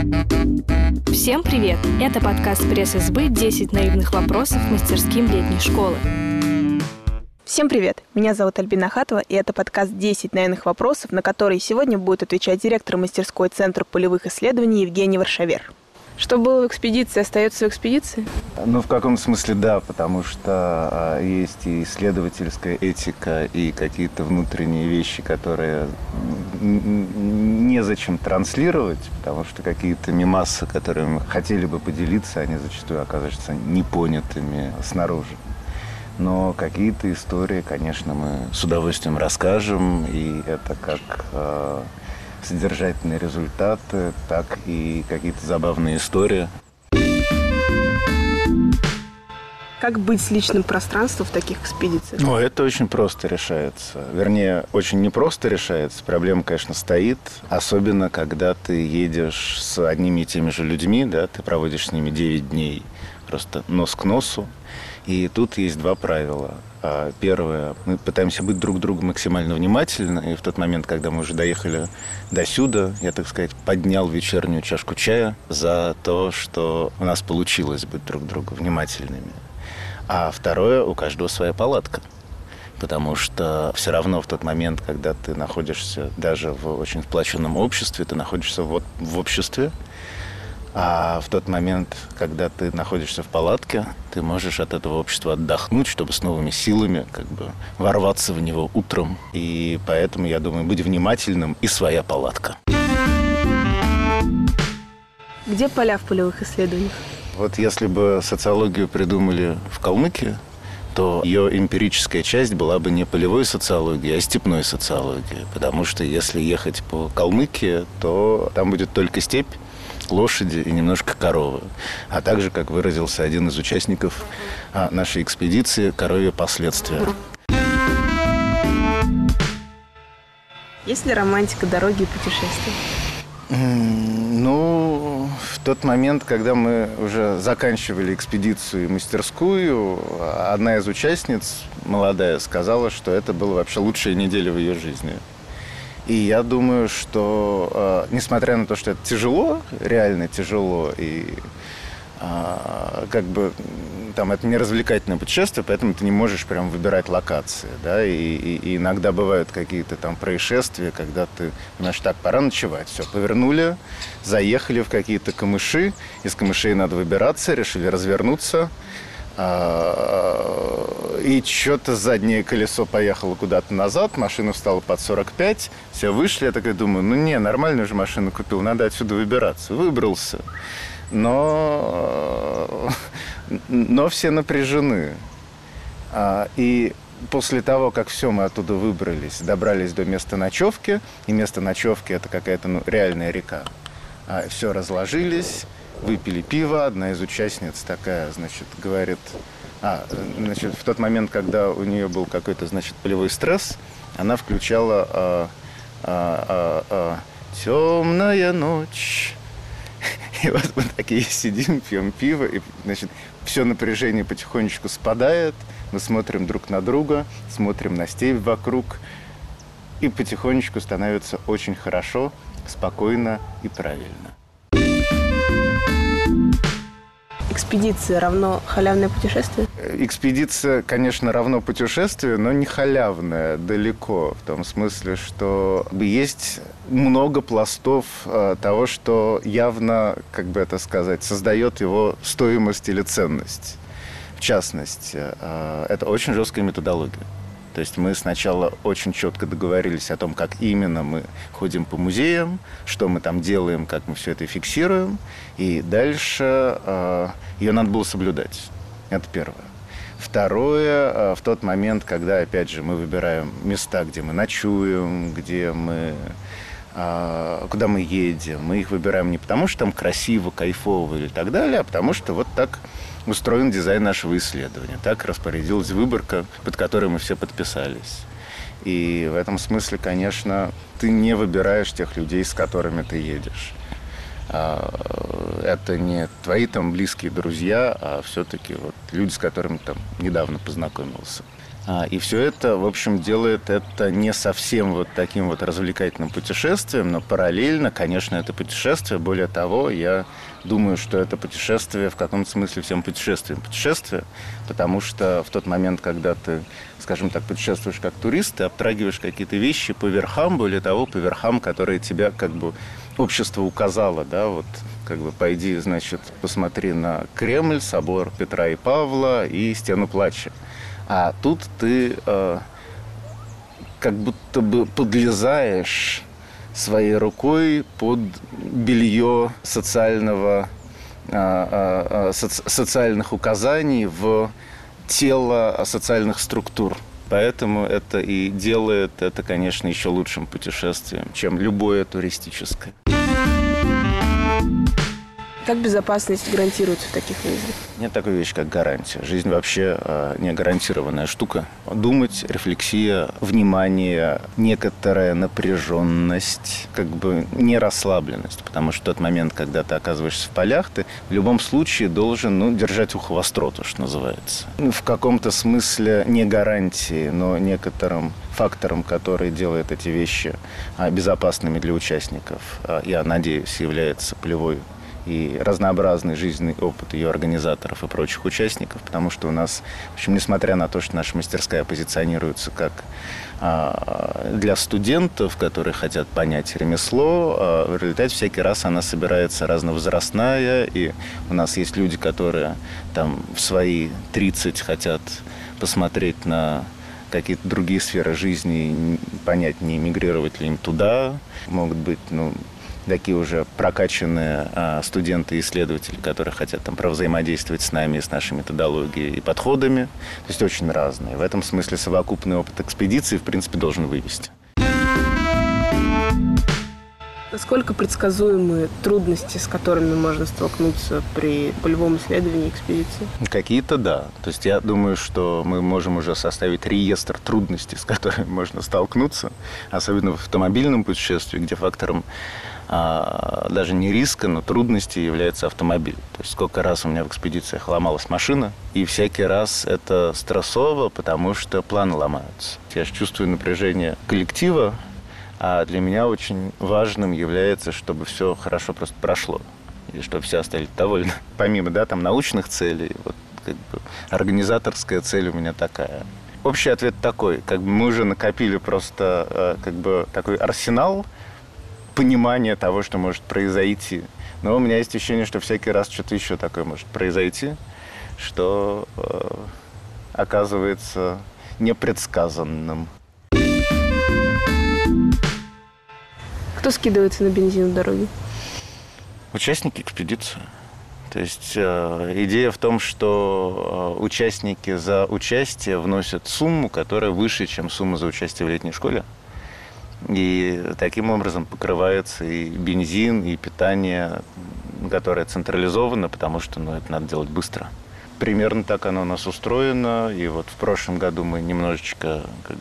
Всем привет! Это подкаст пресс-избы «10 наивных вопросов мастерским летней школы». Всем привет! Меня зовут Альбина Хатова, и это подкаст «10 наивных вопросов», на который сегодня будет отвечать директор мастерской Центра полевых исследований Евгений Варшавер. Что было в экспедиции, остается в экспедиции? Ну, в каком смысле да, потому что есть и исследовательская этика, и какие-то внутренние вещи, которые незачем транслировать, потому что какие-то мемасы, которыми хотели бы поделиться, они зачастую оказываются непонятыми снаружи. Но какие-то истории, конечно, мы с удовольствием расскажем, и это как содержательные результаты, так и какие-то забавные истории. Как быть с личным пространством в таких экспедициях? Ну, это очень просто решается. Вернее, очень непросто решается. Проблема, конечно, стоит. Особенно, когда ты едешь с одними и теми же людьми, да, ты проводишь с ними 9 дней просто нос к носу. И тут есть два правила. Первое, мы пытаемся быть друг к другу максимально внимательны. И в тот момент, когда мы уже доехали до сюда, я, так сказать, поднял вечернюю чашку чая за то, что у нас получилось быть друг к другу внимательными. А второе, у каждого своя палатка. Потому что все равно в тот момент, когда ты находишься даже в очень сплоченном обществе, ты находишься в обществе. А в тот момент, когда ты находишься в палатке, ты можешь от этого общества отдохнуть, чтобы с новыми силами как бы ворваться в него утром. И поэтому, я думаю, быть внимательным и своя палатка. Где поля в полевых исследованиях? Вот если бы социологию придумали в Калмыкии, то ее эмпирическая часть была бы не полевой социологией, а степной социологией. Потому что если ехать по Калмыкии, то там будет только степь, лошади и немножко коровы. А также, как выразился один из участников нашей экспедиции, коровье последствия. Есть ли романтика дороги и путешествий? Ну, в тот момент, когда мы уже заканчивали экспедицию и мастерскую, одна из участниц, молодая, сказала, что это была вообще лучшая неделя в ее жизни. И я думаю, что, несмотря на то, что это тяжело, реально тяжело, и как бы там это не развлекательное путешествие, поэтому ты не можешь прям выбирать локации, да, и иногда бывают какие-то там происшествия, когда ты, знаешь, так, пора ночевать, все, повернули, заехали в какие-то камыши, из камышей надо выбираться, решили развернуться, и что-то заднее колесо поехало куда-то назад, машина встала под 45, все вышли, я такой думаю, ну не, нормальную же машину купил, надо отсюда выбираться. Выбрался, но все напряжены. И после того, как все, мы оттуда выбрались, добрались до места ночевки, и место ночевки это какая-то реальная река, все, разложились, выпили пиво, одна из участниц такая, значит, говорит, значит, в тот момент, когда у нее был какой-то, значит, полевой стресс, она включала «Темная ночь». И вот мы такие сидим, пьем пиво, и, значит, все напряжение потихонечку спадает, мы смотрим друг на друга, смотрим на степь вокруг, и потихонечку становится очень хорошо, спокойно и правильно. Экспедиция равно халявное путешествие? Экспедиция, конечно, равно путешествию, но не халявная, далеко. В том смысле, что есть много пластов того, что явно, как бы это сказать, создает его стоимость или ценность. В частности, это очень жесткая методология. То есть мы сначала очень четко договорились о том, как именно мы ходим по музеям, что мы там делаем, как мы все это фиксируем. И дальше ее надо было соблюдать. Это первое. Второе, в тот момент, когда, опять же, мы выбираем места, где мы ночуем, куда мы едем, мы их выбираем не потому, что там красиво, кайфово или так далее, а потому что вот так устроен дизайн нашего исследования. Так распорядилась выборка, под которой мы все подписались. И в этом смысле, конечно, ты не выбираешь тех людей, с которыми ты едешь. Это не твои там близкие друзья, а все-таки вот люди, с которыми там недавно познакомился. И все это, в общем, делает это не совсем вот таким вот развлекательным путешествием, но параллельно, конечно, это путешествие. Более того, я думаю, что это путешествие в каком-то смысле всем путешествием путешествие, потому что в тот момент, когда ты, скажем так, путешествуешь как турист, ты обтрагиваешь какие-то вещи по верхам, более того, по верхам, которые тебя как бы общество указало, да, вот как бы пойди, значит, посмотри на Кремль, собор Петра и Павла и Стену плача. А тут ты как будто бы подлезаешь своей рукой под белье социальных указаний в тело социальных структур. Поэтому это и делает это, конечно, еще лучшим путешествием, чем любое туристическое. Как безопасность гарантируется в таких выездах? Нет такой вещи, как гарантия. Жизнь вообще не гарантированная штука. Думать, рефлексия, внимание, некоторая напряженность, как бы не расслабленность. Потому что в тот момент, когда ты оказываешься в полях, ты в любом случае должен держать ухо востро, то, что называется. В каком-то смысле не гарантии, но некоторым фактором, который делает эти вещи безопасными для участников, я надеюсь, является полевой и разнообразный жизненный опыт ее организаторов и прочих участников, потому что у нас, в общем, несмотря на то, что наша мастерская позиционируется как для студентов, которые хотят понять ремесло, в результате всякий раз она собирается разновозрастная, и у нас есть люди, которые там в свои 30 хотят посмотреть на какие-то другие сферы жизни, понять, не эмигрировать ли им туда, могут быть, такие уже прокачанные студенты и исследователи, которые хотят там взаимодействовать с нами, с нашей методологией и подходами. То есть очень разные. В этом смысле совокупный опыт экспедиции, в принципе, должен вывести. Насколько предсказуемы трудности, с которыми можно столкнуться при полевом исследовании экспедиции? Какие-то да. То есть я думаю, что мы можем уже составить реестр трудностей, с которыми можно столкнуться, особенно в автомобильном путешествии, где фактором даже не риска, но трудности является автомобиль. То есть сколько раз у меня в экспедициях ломалась машина, и всякий раз это стрессово, потому что планы ломаются. Я же чувствую напряжение коллектива, а для меня очень важным является, чтобы все хорошо просто прошло, и чтобы все остались довольны. Помимо, там научных целей, вот как бы организаторская цель у меня такая. Общий ответ такой: мы уже накопили просто такой арсенал понимания того, что может произойти. Но у меня есть ощущение, что всякий раз что-то еще такое может произойти, что оказывается непредсказанным. Кто скидывается на бензин в дороге? Участники экспедиции. То есть идея в том, что участники за участие вносят сумму, которая выше, чем сумма за участие в летней школе. И таким образом покрывается и бензин, и питание, которое централизовано, потому что это надо делать быстро. Примерно так оно у нас устроено. И вот в прошлом году мы немножечко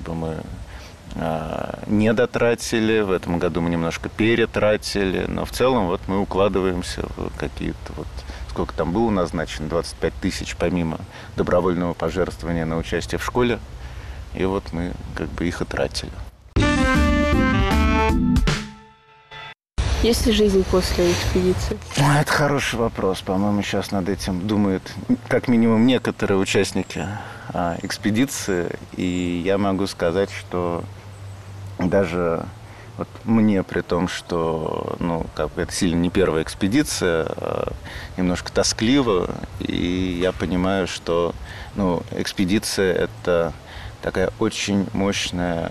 не дотратили, в этом году мы немножко перетратили, но в целом мы укладываемся в какие-то сколько там было назначено, 25 тысяч помимо добровольного пожертвования на участие в школе, и мы их и тратили. Есть ли жизнь после экспедиции? Это хороший вопрос. По-моему, сейчас над этим думают как минимум некоторые участники экспедиции. И я могу сказать, что даже мне, при том, что это сильно не первая экспедиция, немножко тоскливо. И я понимаю, что экспедиция – это такая очень мощная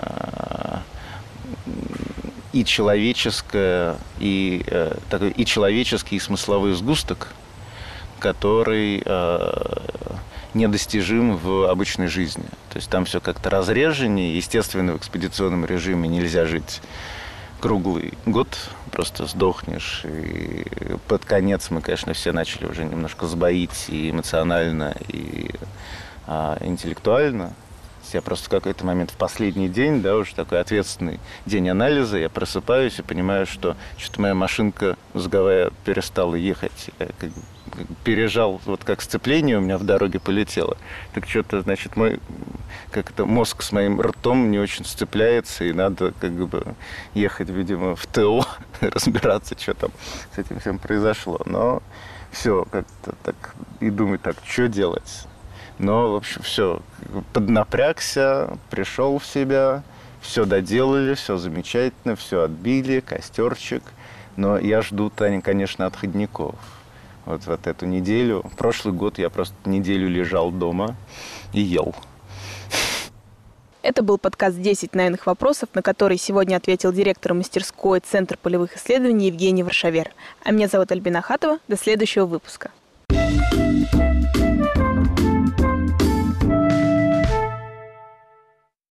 и человеческая, и человеческий, и смысловой сгусток, который недостижим в обычной жизни. То есть там все как-то разреженнее. Естественно, в экспедиционном режиме нельзя жить круглый год, просто сдохнешь. И под конец мы, конечно, все начали уже немножко сбоить и эмоционально, и интеллектуально. Я просто в какой-то момент, в последний день, да, уже такой ответственный день анализа, я просыпаюсь и понимаю, что что-то моя машинка с Гавайи перестала ехать. Я пережал, вот как сцепление у меня в дороге полетело. Так что-то, значит, мозг с моим ртом не очень сцепляется, и надо ехать, видимо, в ТО, разбираться, что там с этим всем произошло. Но все, как-то так, и думаю, так, что делать? Но, в общем, все, поднапрягся, пришел в себя, все доделали, все замечательно, все отбили, костерчик. Но я жду, Таня, конечно, отходников. Вот эту неделю. Прошлый год я просто неделю лежал дома и ел. Это был подкаст «10 наивных вопросов», на который сегодня ответил директор мастерской Центра полевых исследований Евгений Варшавер. А меня зовут Альбина Ахатова. До следующего выпуска.